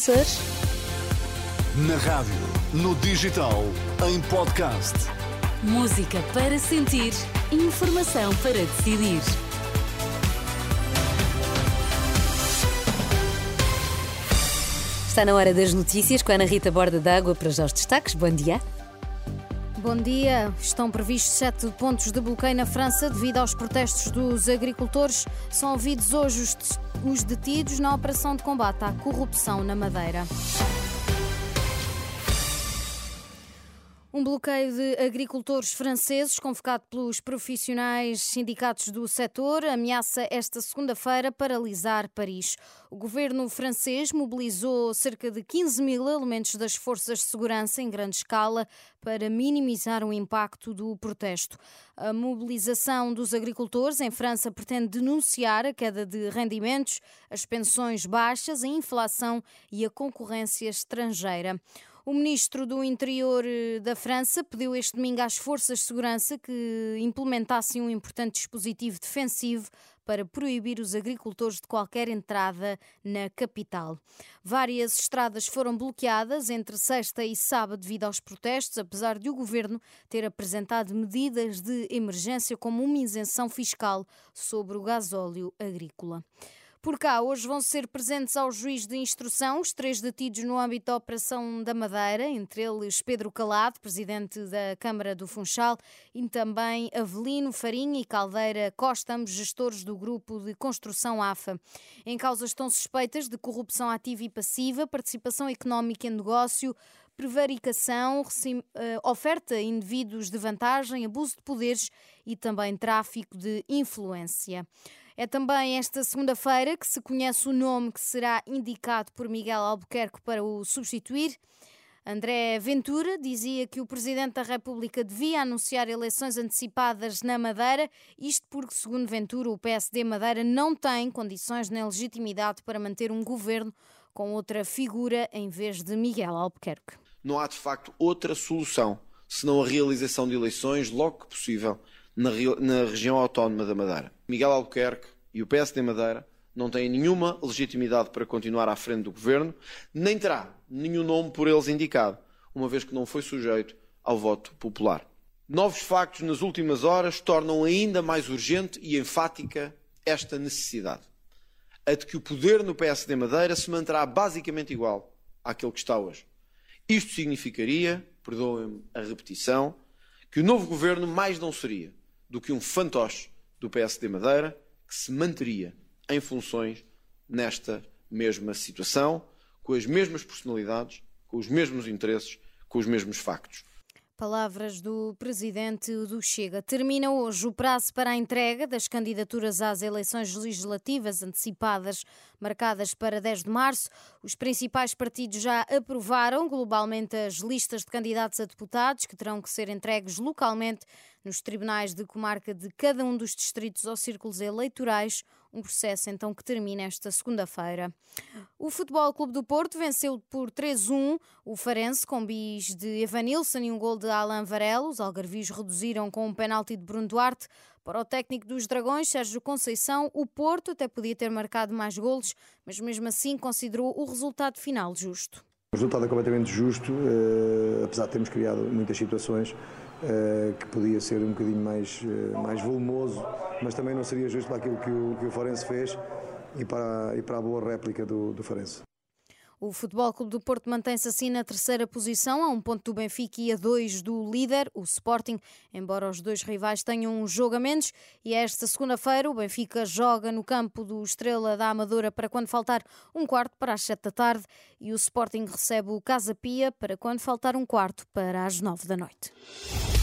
Açores. Na rádio, no digital, em podcast. Música para sentir, informação para decidir. Está na hora das notícias com a Ana Rita Borda d'Água para já os destaques. Bom dia. Bom dia. Estão previstos 7 pontos de bloqueio na França devido aos protestos dos agricultores. São ouvidos hoje os detidos na operação de combate à corrupção na Madeira. Um bloqueio de agricultores franceses, convocado pelos profissionais sindicatos do setor, ameaça esta segunda-feira paralisar Paris. O governo francês mobilizou cerca de 15 mil elementos das forças de segurança em grande escala para minimizar o impacto do protesto. A mobilização dos agricultores em França pretende denunciar a queda de rendimentos, as pensões baixas, a inflação e a concorrência estrangeira. O ministro do Interior da França pediu este domingo às forças de segurança que implementassem um importante dispositivo defensivo para proibir os agricultores de qualquer entrada na capital. Várias estradas foram bloqueadas entre sexta e sábado devido aos protestos, apesar de o governo ter apresentado medidas de emergência como uma isenção fiscal sobre o gasóleo agrícola. Por cá, hoje vão ser presentes ao juiz de instrução os 3 detidos no âmbito da Operação da Madeira, entre eles Pedro Calado, presidente da Câmara do Funchal, e também Avelino Farinha e Caldeira Costa, ambos gestores do Grupo de Construção AFA. Em causa estão suspeitas de corrupção ativa e passiva, participação económica em negócio, prevaricação, oferta a indivíduos de vantagem, abuso de poderes e também tráfico de influência. É também esta segunda-feira que se conhece o nome que será indicado por Miguel Albuquerque para o substituir. André Ventura dizia que o Presidente da República devia anunciar eleições antecipadas na Madeira, isto porque, segundo Ventura, o PSD Madeira não tem condições nem legitimidade para manter um governo com outra figura em vez de Miguel Albuquerque. Não há, de facto, outra solução, senão a realização de eleições logo que possível na região autónoma da Madeira. Miguel Albuquerque e o PSD Madeira não têm nenhuma legitimidade para continuar à frente do governo, nem terá nenhum nome por eles indicado, uma vez que não foi sujeito ao voto popular. Novos factos nas últimas horas tornam ainda mais urgente e enfática esta necessidade. A de que o poder no PSD Madeira se manterá basicamente igual àquele que está hoje. Isto significaria, perdoem-me a repetição, que o novo governo mais não seria do que um fantoche do PSD Madeira que se manteria em funções nesta mesma situação, com as mesmas personalidades, com os mesmos interesses, com os mesmos factos. Palavras do presidente do Chega. Termina hoje o prazo para a entrega das candidaturas às eleições legislativas antecipadas, marcadas para 10 de março. Os principais partidos já aprovaram globalmente as listas de candidatos a deputados, que terão que ser entregues localmente nos tribunais de comarca de cada um dos distritos ou círculos eleitorais, um processo então que termina esta segunda-feira. O Futebol Clube do Porto venceu por 3-1 o Farense com bis de Evanilson e um gol de Alan Varela. Os algarvios reduziram com um penalti de Bruno Duarte. Para o técnico dos Dragões, Sérgio Conceição, o Porto até podia ter marcado mais golos, mas mesmo assim considerou o resultado final justo. O resultado é completamente justo, apesar de termos criado muitas situações que podia ser um bocadinho mais volumoso, mas também não seria justo para aquilo que o Farense fez e para a boa réplica do Farense. O Futebol Clube do Porto mantém-se assim na terceira posição, a 1 ponto do Benfica e a 2 do líder, o Sporting, embora os dois rivais tenham um jogo a menos. E esta segunda-feira o Benfica joga no campo do Estrela da Amadora para quando faltar um quarto para as 7 da tarde e o Sporting recebe o Casa Pia para quando faltar um quarto para as 9 da noite.